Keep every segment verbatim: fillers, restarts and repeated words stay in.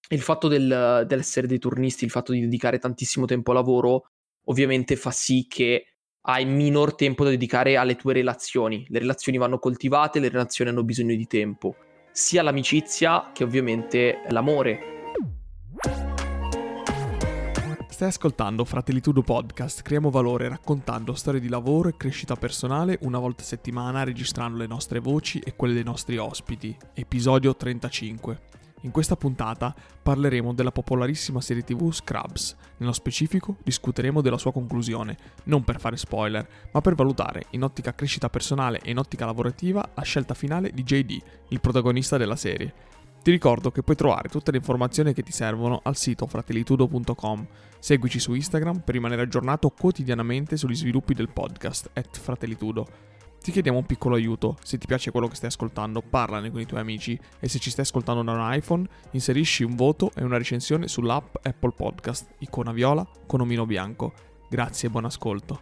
il fatto del dell'essere dei turnisti, il fatto di dedicare tantissimo tempo a lavoro, ovviamente fa sì che hai minor tempo da dedicare alle tue relazioni. Le relazioni vanno coltivate, le relazioni hanno bisogno di tempo, sia l'amicizia che ovviamente l'amore. Stai ascoltando Fratellitudo Podcast, creiamo valore raccontando storie di lavoro e crescita personale una volta a settimana, registrando le nostre voci e quelle dei nostri ospiti. Episodio trentacinque. In questa puntata parleremo della popolarissima serie tivù Scrubs. Nello specifico discuteremo della sua conclusione, non per fare spoiler, ma per valutare in ottica crescita personale e in ottica lavorativa la scelta finale di J D, il protagonista della serie. Ti ricordo che puoi trovare tutte le informazioni che ti servono al sito fratellitudo punto com. Seguici su Instagram per rimanere aggiornato quotidianamente sugli sviluppi del podcast at fratellitudo. Ti chiediamo un piccolo aiuto: se ti piace quello che stai ascoltando, parlane con i tuoi amici, e se ci stai ascoltando da un iPhone, inserisci un voto e una recensione sull'app Apple Podcast, icona viola con omino bianco. Grazie e buon ascolto.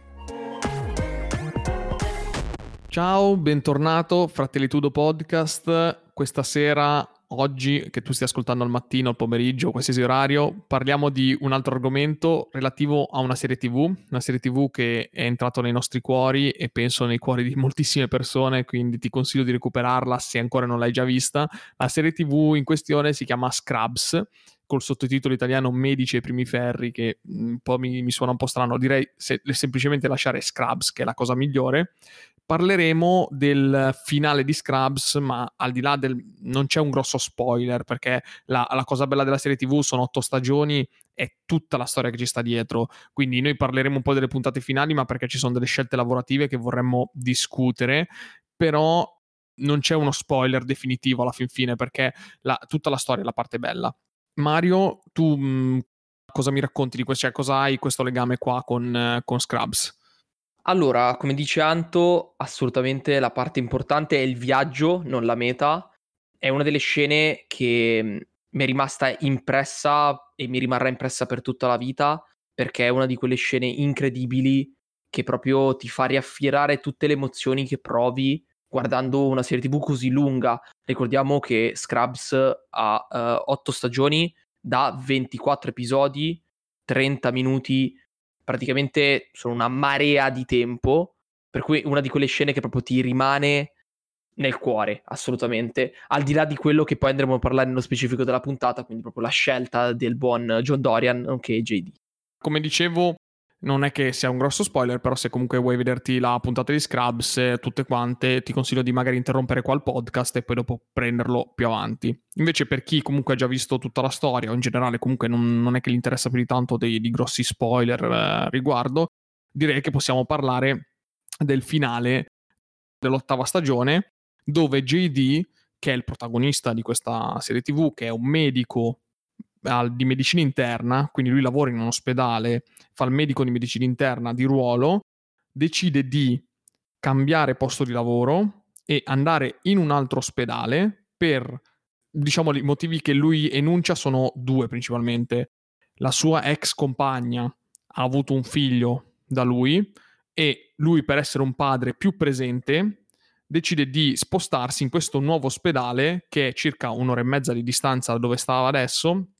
Ciao, bentornato Fratellitudo Podcast. Questa sera, oggi, che tu stia ascoltando al mattino, al pomeriggio, qualsiasi orario, parliamo di un altro argomento relativo a una serie tivù, una serie tivù che è entrata nei nostri cuori e penso nei cuori di moltissime persone, quindi ti consiglio di recuperarla se ancora non l'hai già vista. La serie tivù in questione si chiama Scrubs, col sottotitolo italiano Medici ai primi ferri, che un po' mi, mi suona un po' strano. Direi se, semplicemente lasciare Scrubs, che è la cosa migliore. Parleremo del finale di Scrubs, ma al di là del... non c'è un grosso spoiler, perché la, la cosa bella della serie tivù sono otto stagioni e tutta la storia che ci sta dietro. Quindi noi parleremo un po' delle puntate finali, ma perché ci sono delle scelte lavorative che vorremmo discutere, però non c'è uno spoiler definitivo alla fin fine, perché la, tutta la storia è la parte bella. Mario, tu mh, cosa mi racconti di questo? Cioè, cosa hai questo legame qua con, eh, con Scrubs? Allora, come dice Anto, assolutamente la parte importante è il viaggio, non la meta. È una delle scene che mh, mi è rimasta impressa e mi rimarrà impressa per tutta la vita, perché è una di quelle scene incredibili che proprio ti fa riaffierare tutte le emozioni che provi guardando una serie tivù così lunga. Ricordiamo che Scrubs ha eh, otto stagioni da ventiquattro episodi, trenta minuti, praticamente sono una marea di tempo, per cui una di quelle scene che proprio ti rimane nel cuore, assolutamente, al di là di quello che poi andremo a parlare nello specifico della puntata, quindi proprio la scelta del buon John Dorian, nonché J D. Come dicevo, non è che sia un grosso spoiler, però se comunque vuoi vederti la puntata di Scrubs, eh, tutte quante, ti consiglio di magari interrompere qua il podcast e poi dopo prenderlo più avanti. Invece per chi comunque ha già visto tutta la storia, o in generale comunque non, non è che gli interessa più di tanto dei, di grossi spoiler eh, riguardo, direi che possiamo parlare del finale dell'ottava stagione, dove J D, che è il protagonista di questa serie tivù, che è un medico al- di medicina interna, quindi lui lavora in un ospedale, fa il medico di medicina interna di ruolo, decide di cambiare posto di lavoro e andare in un altro ospedale per, diciamo, i motivi che lui enuncia sono due principalmente. La sua ex compagna ha avuto un figlio da lui e lui, per essere un padre più presente, decide di spostarsi in questo nuovo ospedale che è circa un'ora e mezza di distanza da dove stava adesso,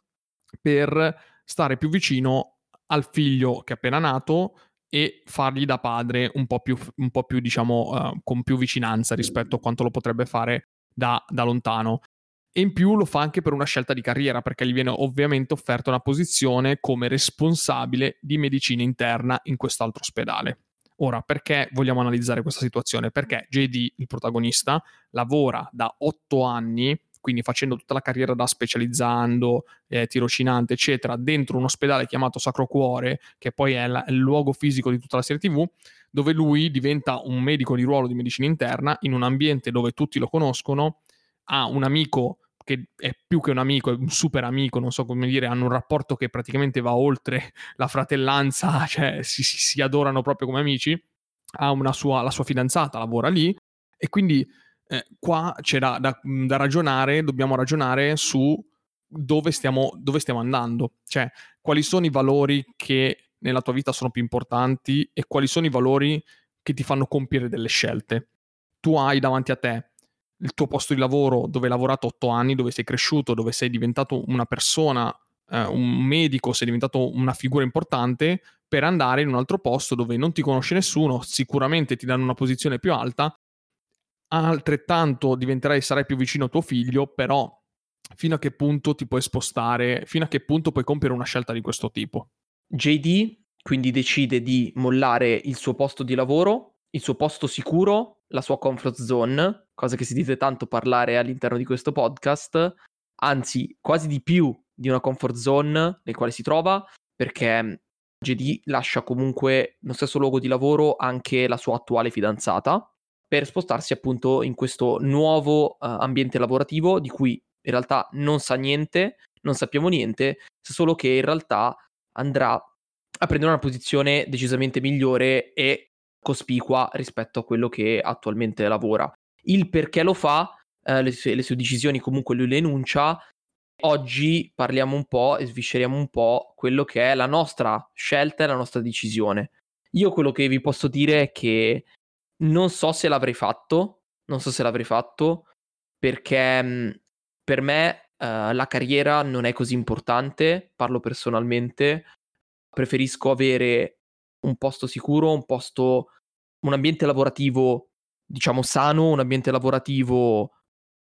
per stare più vicino al figlio che è appena nato e fargli da padre un po' più, un po' più diciamo, uh, con più vicinanza rispetto a quanto lo potrebbe fare da, da lontano. E in più lo fa anche per una scelta di carriera, perché gli viene ovviamente offerta una posizione come responsabile di medicina interna in quest'altro ospedale. Ora, perché vogliamo analizzare questa situazione? Perché J D, il protagonista, lavora da otto anni, quindi facendo tutta la carriera da specializzando, eh, tirocinante, eccetera, dentro un ospedale chiamato Sacro Cuore, che poi è la, il luogo fisico di tutta la serie tivù, dove lui diventa un medico di ruolo di medicina interna in un ambiente dove tutti lo conoscono, ha un amico che è più che un amico, è un super amico, non so come dire, hanno un rapporto che praticamente va oltre la fratellanza, cioè si, si, si adorano proprio come amici, ha una sua, la sua fidanzata lavora lì, e quindi eh, qua c'è da, da, da ragionare, dobbiamo ragionare su dove stiamo, dove stiamo andando, cioè quali sono i valori che nella tua vita sono più importanti e quali sono i valori che ti fanno compiere delle scelte. Tu hai davanti a te il tuo posto di lavoro dove hai lavorato otto anni, dove sei cresciuto, dove sei diventato una persona, eh, un medico, sei diventato una figura importante, per andare in un altro posto dove non ti conosce nessuno, sicuramente ti danno una posizione più alta, altrettanto diventerai, sarai più vicino a tuo figlio, però fino a che punto ti puoi spostare, fino a che punto puoi compiere una scelta di questo tipo? J D quindi decide di mollare il suo posto di lavoro, il suo posto sicuro, la sua comfort zone, cosa che si sentite tanto parlare all'interno di questo podcast, anzi quasi di più di una comfort zone nel quale si trova, perché J D lascia comunque nello stesso luogo di lavoro anche la sua attuale fidanzata, per spostarsi appunto in questo nuovo, uhm, ambiente lavorativo di cui in realtà non sa niente, non sappiamo niente, sa solo che in realtà andrà a prendere una posizione decisamente migliore e cospicua rispetto a quello che attualmente lavora. Il perché lo fa, ehm, le sue le sue decisioni comunque lui le enuncia. Oggi parliamo un po' e svisceriamo un po' quello che è la nostra scelta e la nostra decisione. Io quello che vi posso dire è che non so se l'avrei fatto, non so se l'avrei fatto perché, mhmm, per me, ehm, la carriera non è così importante, parlo personalmente. Preferisco avere un posto sicuro, un posto un ambiente lavorativo, diciamo sano, un ambiente lavorativo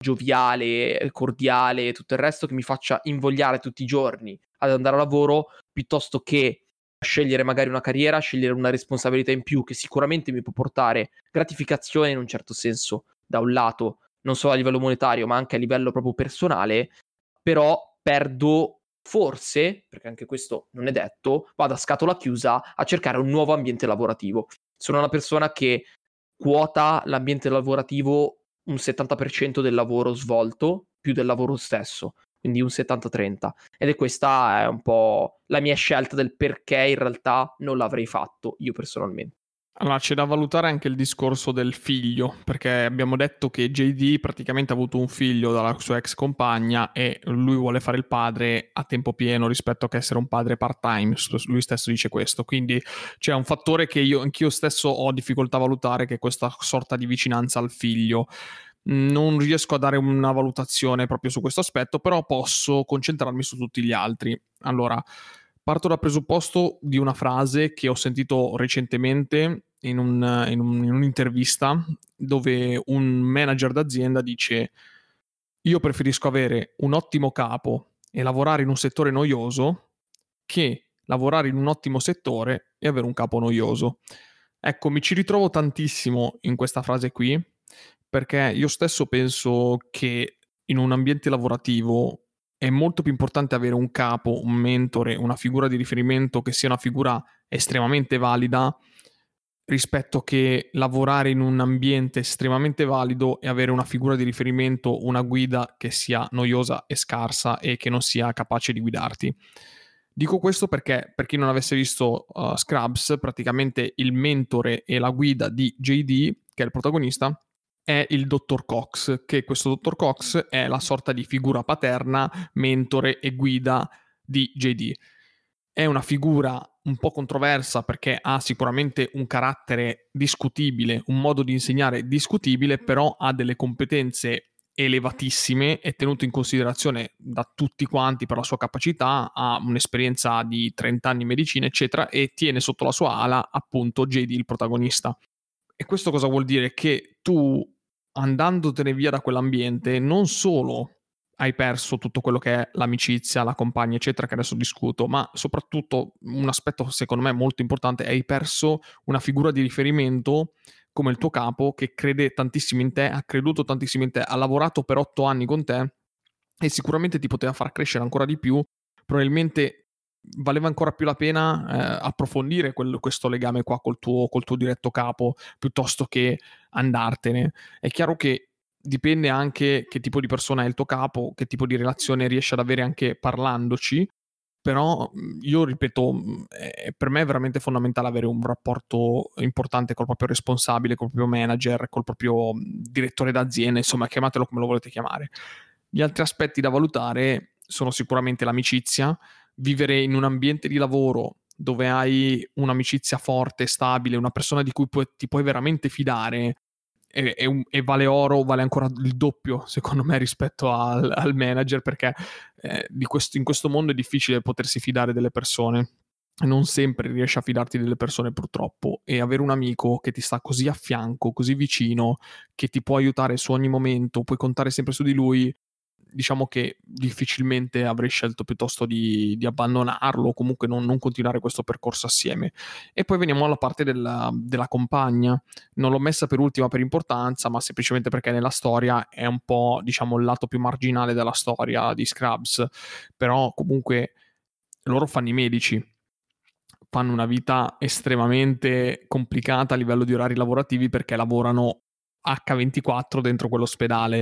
gioviale, cordiale e tutto il resto che mi faccia invogliare tutti i giorni ad andare a lavoro, piuttosto che scegliere magari una carriera, scegliere una responsabilità in più che sicuramente mi può portare gratificazione in un certo senso, da un lato, non solo a livello monetario, ma anche a livello proprio personale, però perdo forse, perché anche questo non è detto, vado a scatola chiusa a cercare un nuovo ambiente lavorativo. Sono una persona che quota l'ambiente lavorativo un settanta per cento del lavoro svolto, più del lavoro stesso, quindi un settanta trenta. Ed è questa è un po' la mia scelta del perché in realtà non l'avrei fatto io personalmente. Allora, c'è da valutare anche il discorso del figlio, perché abbiamo detto che J D praticamente ha avuto un figlio dalla sua ex compagna e lui vuole fare il padre a tempo pieno rispetto a che essere un padre part-time, lui stesso dice questo, quindi c'è un fattore che io anch'io stesso ho difficoltà a valutare, che è questa sorta di vicinanza al figlio. Non riesco a dare una valutazione proprio su questo aspetto, però posso concentrarmi su tutti gli altri. Allora, parto dal presupposto di una frase che ho sentito recentemente in, un, in, un, in un'intervista dove un manager d'azienda dice: io preferisco avere un ottimo capo e lavorare in un settore noioso che lavorare in un ottimo settore e avere un capo noioso. Ecco, mi ci ritrovo tantissimo in questa frase qui, perché io stesso penso che in un ambiente lavorativo è molto più importante avere un capo, un mentore, una figura di riferimento che sia una figura estremamente valida, rispetto che lavorare in un ambiente estremamente valido e avere una figura di riferimento, una guida che sia noiosa e scarsa e che non sia capace di guidarti. Dico questo perché, per chi non avesse visto uh, Scrubs, praticamente il mentore e la guida di J D, che è il protagonista, è il dottor Cox, che questo dottor Cox è la sorta di figura paterna, mentore e guida di J D. È una figura un po' controversa perché ha sicuramente un carattere discutibile, un modo di insegnare discutibile, però ha delle competenze elevatissime, è tenuto in considerazione da tutti quanti per la sua capacità, ha un'esperienza di trenta anni in medicina, eccetera, e tiene sotto la sua ala appunto J D, il protagonista. E questo cosa vuol dire? Che tu, andandotene via da quell'ambiente, non solo hai perso tutto quello che è l'amicizia, la compagna, eccetera, che adesso discuto, ma soprattutto un aspetto secondo me molto importante, hai perso una figura di riferimento come il tuo capo che crede tantissimo in te, ha creduto tantissimo in te, ha lavorato per otto anni con te e sicuramente ti poteva far crescere ancora di più. Probabilmente valeva ancora più la pena eh, approfondire quel- questo legame qua col tuo, col tuo diretto capo piuttosto che andartene. È chiaro che dipende anche che tipo di persona è il tuo capo, che tipo di relazione riesci ad avere anche parlandoci, però mh, io ripeto, mh, è- per me è veramente fondamentale avere un rapporto importante col proprio responsabile, col proprio manager, col proprio mh, direttore d'azienda, insomma, chiamatelo come lo volete chiamare. Gli altri aspetti da valutare sono sicuramente l'amicizia, vivere in un ambiente di lavoro dove hai un'amicizia forte, stabile, una persona di cui puoi- ti puoi veramente fidare, e, e, un, e vale oro, vale ancora il doppio secondo me rispetto al, al manager, perché eh, di questo, in questo mondo è difficile potersi fidare delle persone. Non sempre riesci a fidarti delle persone purtroppo, e avere un amico che ti sta così a fianco, così vicino, che ti può aiutare su ogni momento, puoi contare sempre su di lui, diciamo che difficilmente avrei scelto piuttosto di, di abbandonarlo o comunque non, non continuare questo percorso assieme. E poi veniamo alla parte della, della compagna. Non l'ho messa per ultima per importanza, ma semplicemente perché nella storia è un po', diciamo, il lato più marginale della storia di Scrubs, però comunque loro fanno i medici, fanno una vita estremamente complicata a livello di orari lavorativi perché lavorano acca ventiquattro dentro quell'ospedale,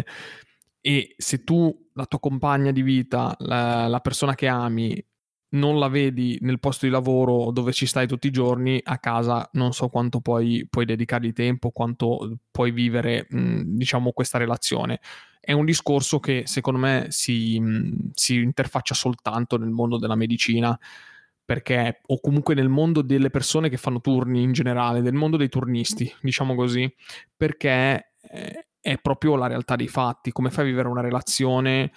e se tu, la tua compagna di vita, la, la persona che ami, non la vedi nel posto di lavoro dove ci stai tutti i giorni, a casa non so quanto puoi, puoi dedicargli tempo, quanto puoi vivere, mh, diciamo, questa relazione. È un discorso che secondo me si, mh, si interfaccia soltanto nel mondo della medicina, perché, o comunque nel mondo delle persone che fanno turni in generale, del mondo dei turnisti, diciamo così, perché eh, è proprio la realtà dei fatti. Come fai a vivere una relazione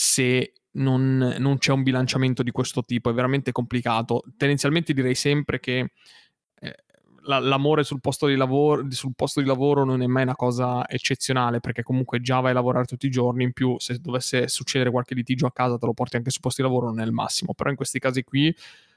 se non, non c'è un bilanciamento di questo tipo? È veramente complicato. Tendenzialmente direi sempre che eh, la, l'amore sul posto di lavoro, sul posto di lavoro non è mai una cosa eccezionale, perché comunque già vai a lavorare tutti i giorni, in più se dovesse succedere qualche litigio a casa te lo porti anche sul posto di lavoro, non è il massimo. Però in questi casi qui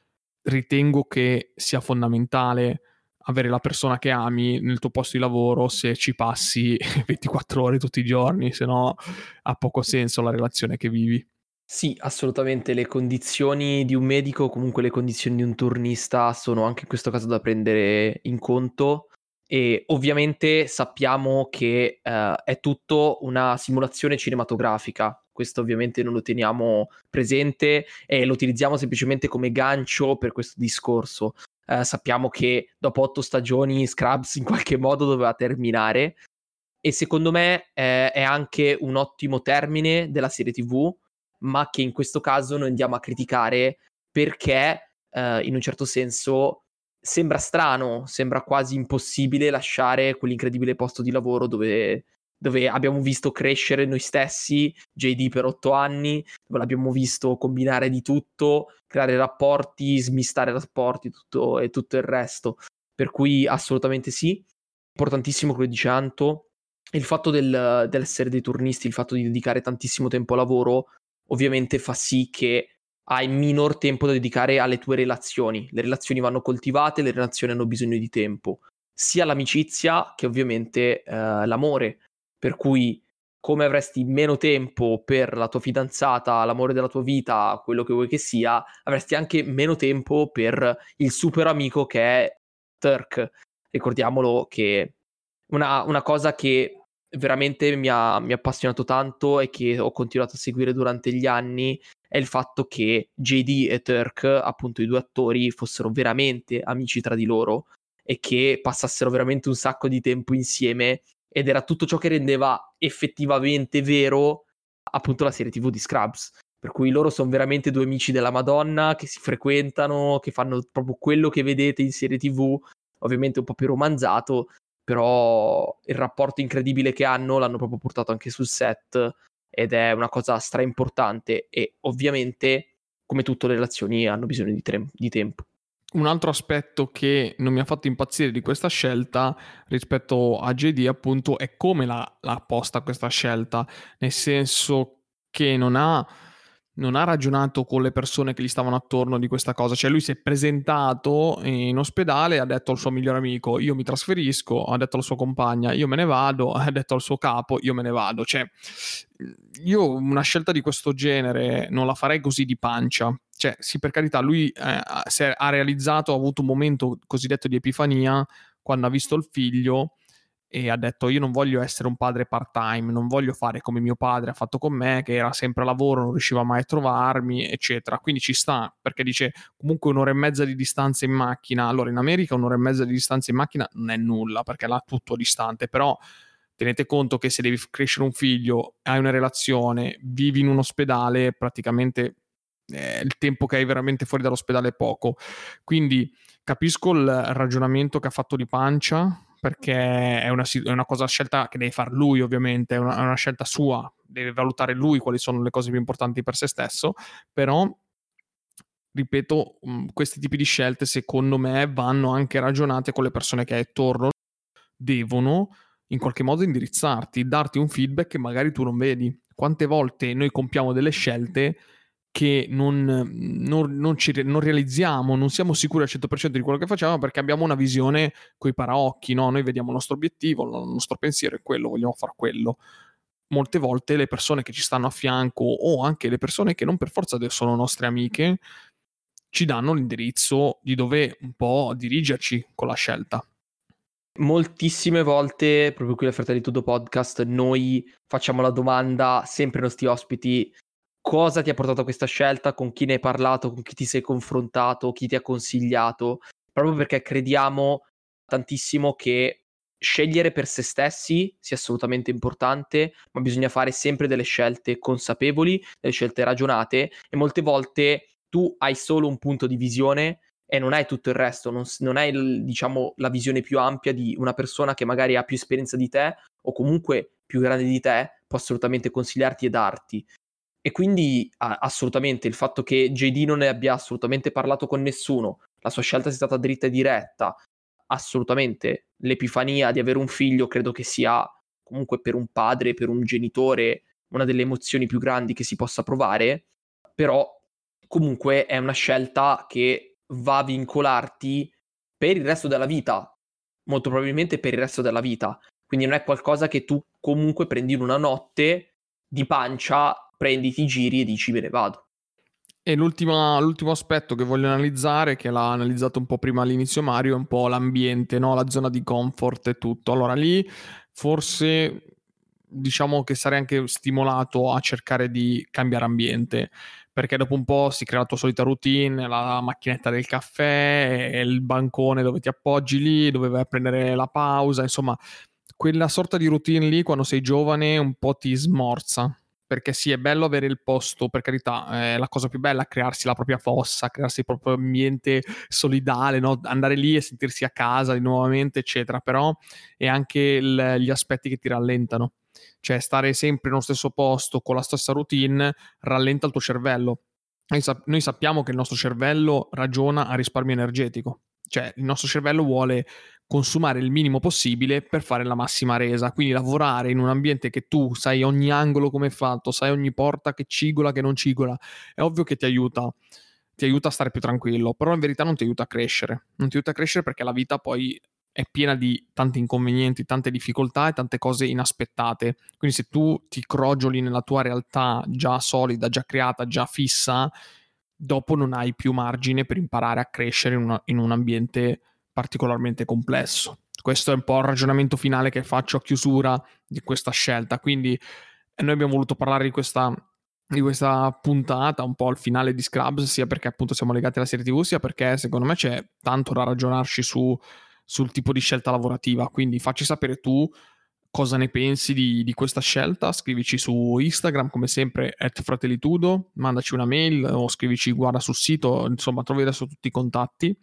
ritengo che sia fondamentale avere la persona che ami nel tuo posto di lavoro se ci passi ventiquattro ore tutti i giorni, se no ha poco senso la relazione che vivi. Sì, assolutamente. Le condizioni di un medico, comunque le condizioni di un turnista, sono anche in questo caso da prendere in conto, e ovviamente sappiamo che eh, è tutto una simulazione cinematografica. Questo ovviamente non lo teniamo presente e lo utilizziamo semplicemente come gancio per questo discorso. Eh, sappiamo che dopo otto stagioni Scrubs in qualche modo doveva terminare, e secondo me eh, è anche un ottimo termine della serie tivù, ma che in questo caso noi andiamo a criticare perché eh, in un certo senso sembra strano, sembra quasi impossibile lasciare quell'incredibile posto di lavoro dove, dove abbiamo visto crescere noi stessi, J D per otto anni, dove l'abbiamo visto combinare di tutto, creare rapporti, smistare rapporti tutto, e tutto il resto. Per cui assolutamente sì, importantissimo quello di dice Anto. Il fatto del, dell'essere dei turnisti, il fatto di dedicare tantissimo tempo a lavoro, ovviamente fa sì che hai minor tempo da dedicare alle tue relazioni. Le relazioni vanno coltivate, le relazioni hanno bisogno di tempo, sia l'amicizia che ovviamente eh, l'amore. Per cui, come avresti meno tempo per la tua fidanzata, l'amore della tua vita, quello che vuoi che sia, avresti anche meno tempo per il super amico che è Turk. Ricordiamolo che una, una cosa che veramente mi ha, mi ha appassionato tanto e che ho continuato a seguire durante gli anni è il fatto che J D e Turk, appunto i due attori, fossero veramente amici tra di loro e che passassero veramente un sacco di tempo insieme, ed era tutto ciò che rendeva effettivamente vero appunto la serie tivù di Scrubs. Per cui loro sono veramente due amici della Madonna che si frequentano, che fanno proprio quello che vedete in serie tivù, ovviamente un po' più romanzato, però il rapporto incredibile che hanno l'hanno proprio portato anche sul set, ed è una cosa stra importante, e ovviamente come tutte le relazioni hanno bisogno di, tre- di tempo. Un altro aspetto che non mi ha fatto impazzire di questa scelta rispetto a J D, appunto, è come l'ha, l'ha posta questa scelta, nel senso che non ha, non ha ragionato con le persone che gli stavano attorno di questa cosa. Cioè lui si è presentato in ospedale, ha detto al suo migliore amico io mi trasferisco, ha detto alla sua compagna io me ne vado, ha detto al suo capo io me ne vado. Cioè io una scelta di questo genere non la farei così di pancia. Cioè sì, per carità, lui eh, ha ha realizzato, ha avuto un momento cosiddetto di epifania quando ha visto il figlio e ha detto io non voglio essere un padre part-time, non voglio fare come mio padre ha fatto con me, che era sempre a lavoro, non riusciva mai a trovarmi, eccetera. Quindi ci sta, perché dice comunque un'ora e mezza di distanza in macchina. Allora in America un'ora e mezza di distanza in macchina non è nulla, perché là tutto distante, però tenete conto che se devi crescere un figlio, hai una relazione, vivi in un ospedale, praticamente eh, il tempo che hai veramente fuori dall'ospedale è poco. Quindi capisco il ragionamento che ha fatto di pancia, perché è una, è una cosa scelta che deve far lui, ovviamente, è una, è una scelta sua, deve valutare lui quali sono le cose più importanti per se stesso, però ripeto, questi tipi di scelte secondo me vanno anche ragionate con le persone che hai attorno, devono in qualche modo indirizzarti, darti un feedback che magari tu non vedi. Quante volte noi compiamo delle scelte che non, non, non, ci, non realizziamo, non siamo sicuri al cento per cento di quello che facciamo perché abbiamo una visione coi paraocchi, no? Noi vediamo il nostro obiettivo, il nostro pensiero è quello, vogliamo fare quello. Molte volte le persone che ci stanno a fianco o anche le persone che non per forza sono nostre amiche ci danno l'indirizzo di dove un po' dirigerci con la scelta. Moltissime volte, proprio qui al Fratelli Tudo Podcast, noi facciamo la domanda sempre ai nostri ospiti: cosa ti ha portato a questa scelta, con chi ne hai parlato, con chi ti sei confrontato, chi ti ha consigliato, proprio perché crediamo tantissimo che scegliere per se stessi sia assolutamente importante, ma bisogna fare sempre delle scelte consapevoli, delle scelte ragionate, e molte volte tu hai solo un punto di visione e non hai tutto il resto, non, non hai il, diciamo, la visione più ampia di una persona che magari ha più esperienza di te o comunque più grande di te, può assolutamente consigliarti e darti. E quindi a- assolutamente il fatto che J D non ne abbia assolutamente parlato con nessuno, la sua scelta sia stata dritta e diretta, assolutamente l'epifania di avere un figlio credo che sia comunque per un padre, per un genitore, una delle emozioni più grandi che si possa provare, però comunque è una scelta che va a vincolarti per il resto della vita, molto probabilmente per il resto della vita. Quindi non è qualcosa che tu comunque prendi in una notte di pancia, prendi, ti giri e dici me ne vado. E l'ultima, l'ultimo aspetto che voglio analizzare, che l'ha analizzato un po' prima all'inizio Mario, è un po' l'ambiente, no? La zona di comfort e tutto. Allora lì forse diciamo che sarei anche stimolato a cercare di cambiare ambiente, perché dopo un po' si crea la tua solita routine, la macchinetta del caffè, il bancone dove ti appoggi lì, dove vai a prendere la pausa, insomma quella sorta di routine lì quando sei giovane un po' ti smorza. Perché sì, è bello avere il posto, per carità, è la cosa più bella crearsi la propria fossa, crearsi il proprio ambiente solidale, no? Andare lì e sentirsi a casa di nuovamente, eccetera. Però è anche il, gli aspetti che ti rallentano. Cioè, stare sempre nello stesso posto, con la stessa routine, rallenta il tuo cervello. Noi, sap- noi sappiamo che il nostro cervello ragiona a risparmio energetico. Cioè, il nostro cervello vuole consumare il minimo possibile per fare la massima resa. Quindi lavorare in un ambiente che tu sai ogni angolo come è fatto, sai ogni porta che cigola, che non cigola, è ovvio che ti aiuta, ti aiuta a stare più tranquillo, però in verità non ti aiuta a crescere. Non ti aiuta a crescere perché la vita poi è piena di tanti inconvenienti, tante difficoltà e tante cose inaspettate. Quindi se tu ti crogioli nella tua realtà già solida, già creata, già fissa, dopo non hai più margine per imparare a crescere in, una, in un ambiente particolarmente complesso. Questo è un po' il ragionamento finale che faccio a chiusura di questa scelta. Quindi noi abbiamo voluto parlare di questa, di questa puntata, un po' al finale di Scrubs, sia perché appunto siamo legati alla serie tivù, sia perché secondo me c'è tanto da ragionarci su, sul tipo di scelta lavorativa. Quindi facci sapere tu cosa ne pensi di, di questa scelta, scrivici su Instagram come sempre at fratellitudo, mandaci una mail o scrivici guarda sul sito, insomma trovi adesso tutti i contatti.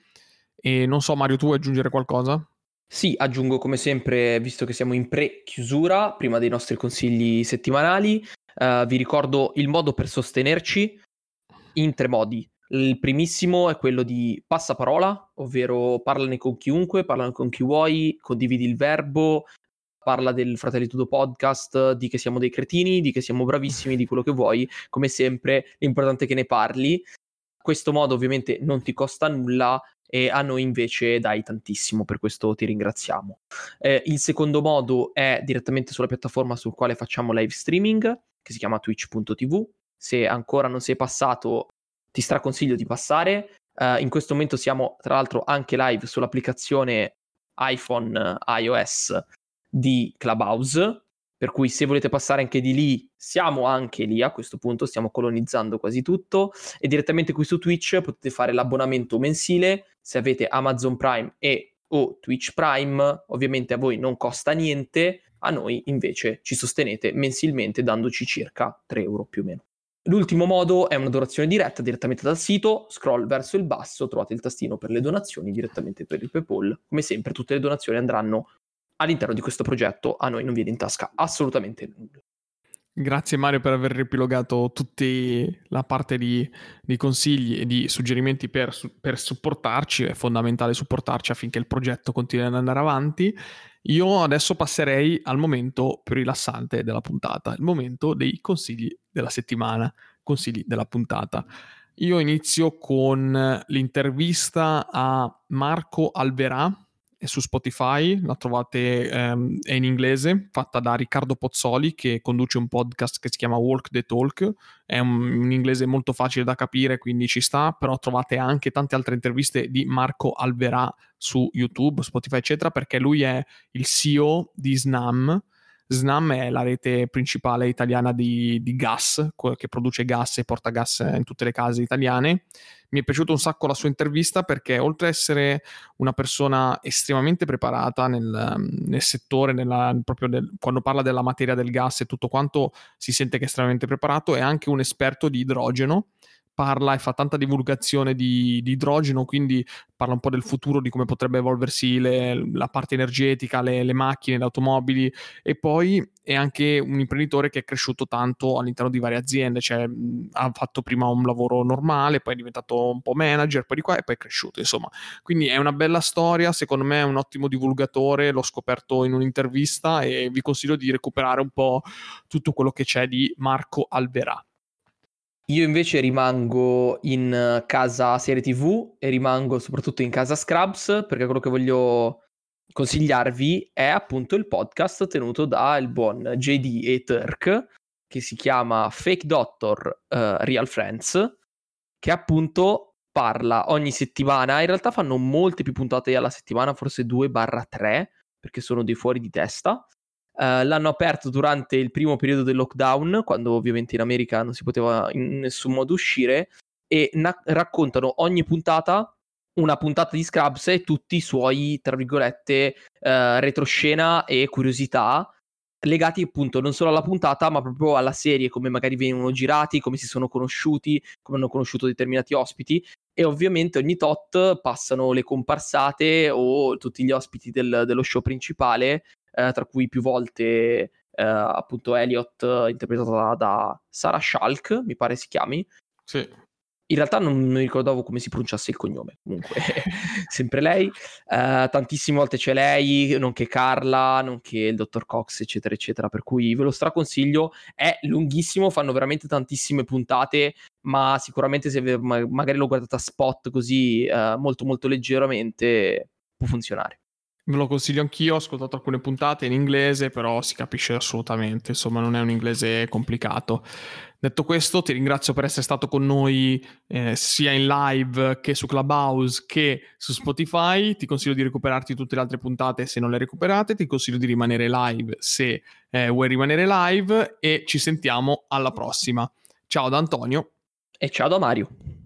E non so, Mario, tu vuoi aggiungere qualcosa? Sì, aggiungo come sempre, visto che siamo in pre-chiusura, prima dei nostri consigli settimanali, eh, vi ricordo il modo per sostenerci in tre modi. Il primissimo è quello di passaparola, ovvero parlane con chiunque, parlane con chi vuoi, condividi il verbo, parla del Fratelli Tudo podcast, di che siamo dei cretini, di che siamo bravissimi, di quello che vuoi. Come sempre, l'importante è che ne parli. Questo modo ovviamente non ti costa nulla e a noi invece dai tantissimo, per questo ti ringraziamo. Eh, il secondo modo è direttamente sulla piattaforma sul quale facciamo live streaming, che si chiama twitch punto tv. Se ancora non sei passato, ti straconsiglio di passare. Uh, in questo momento siamo tra l'altro anche live sull'applicazione iPhone uh, iOS di Clubhouse, per cui se volete passare anche di lì, siamo anche lì a questo punto, stiamo colonizzando quasi tutto, e direttamente qui su Twitch potete fare l'abbonamento mensile, se avete Amazon Prime e o Twitch Prime, ovviamente a voi non costa niente, a noi invece ci sostenete mensilmente dandoci circa tre euro più o meno. L'ultimo modo è una donazione diretta direttamente dal sito, scroll verso il basso, trovate il tastino per le donazioni direttamente per il PayPal. Come sempre tutte le donazioni andranno all'interno di questo progetto a noi non viene in tasca assolutamente nulla. Grazie Mario per aver riepilogato tutti la parte di, di consigli e di suggerimenti per, per supportarci. È fondamentale supportarci affinché il progetto continui ad andare avanti. Io adesso passerei al momento più rilassante della puntata, il momento dei consigli della settimana, consigli della puntata. Io inizio con l'intervista a Marco Alverà, è su Spotify, la trovate, ehm, è in inglese, fatta da Riccardo Pozzoli, che conduce un podcast che si chiama Walk the Talk. È un, un inglese molto facile da capire, quindi ci sta, però trovate anche tante altre interviste di Marco Alverà su YouTube, Spotify, eccetera, perché lui è il C E O di Snam. Snam è la rete principale italiana di, di gas, che produce gas e porta gas in tutte le case italiane. Mi è piaciuto un sacco la sua intervista perché oltre a essere una persona estremamente preparata nel, nel settore, nella, proprio nel, quando parla della materia del gas e tutto quanto, si sente che è estremamente preparato, è anche un esperto di idrogeno. Parla e fa tanta divulgazione di, di idrogeno, quindi parla un po' del futuro, di come potrebbe evolversi le, la parte energetica, le, le macchine, le automobili, e poi è anche un imprenditore che è cresciuto tanto all'interno di varie aziende, cioè mh, ha fatto prima un lavoro normale, poi è diventato un po' manager, poi di qua e poi è cresciuto, insomma. Quindi è una bella storia, secondo me è un ottimo divulgatore, l'ho scoperto in un'intervista e vi consiglio di recuperare un po' tutto quello che c'è di Marco Alverà. Io invece rimango in casa serie tivù e rimango soprattutto in casa Scrubs, perché quello che voglio consigliarvi è appunto il podcast tenuto da il buon J D e Turk, che si chiama Fake Doctor uh, Real Friends, che appunto parla ogni settimana. In realtà fanno molte più puntate alla settimana, forse due barra tre, perché sono dei fuori di testa. Uh, l'hanno aperto durante il primo periodo del lockdown, quando ovviamente in America non si poteva in nessun modo uscire, e na- raccontano ogni puntata una puntata di Scrubs e tutti i suoi, tra virgolette, uh, retroscena e curiosità legati appunto non solo alla puntata ma proprio alla serie, come magari vengono girati, come si sono conosciuti, come hanno conosciuto determinati ospiti. E ovviamente ogni tot passano le comparsate o tutti gli ospiti del, dello show principale, eh, tra cui più volte eh, appunto Elliot, interpretato da, da Sarah Schalk, mi pare si chiami. Sì. In realtà non mi ricordavo come si pronunciasse il cognome, comunque sempre lei. Uh, tantissime volte c'è lei, nonché Carla, nonché il dottor Cox, eccetera, eccetera. Per cui ve lo straconsiglio. È lunghissimo, fanno veramente tantissime puntate, ma sicuramente se ma- magari lo guardate a spot così uh, molto molto leggeramente può funzionare. Ve lo consiglio anch'io, ho ascoltato alcune puntate in inglese, però si capisce assolutamente, insomma non è un inglese complicato. Detto questo, ti ringrazio per essere stato con noi eh, sia in live che su Clubhouse che su Spotify. Ti consiglio di recuperarti tutte le altre puntate se non le recuperate, ti consiglio di rimanere live se eh, vuoi rimanere live e ci sentiamo alla prossima. Ciao da Antonio. E ciao da Mario.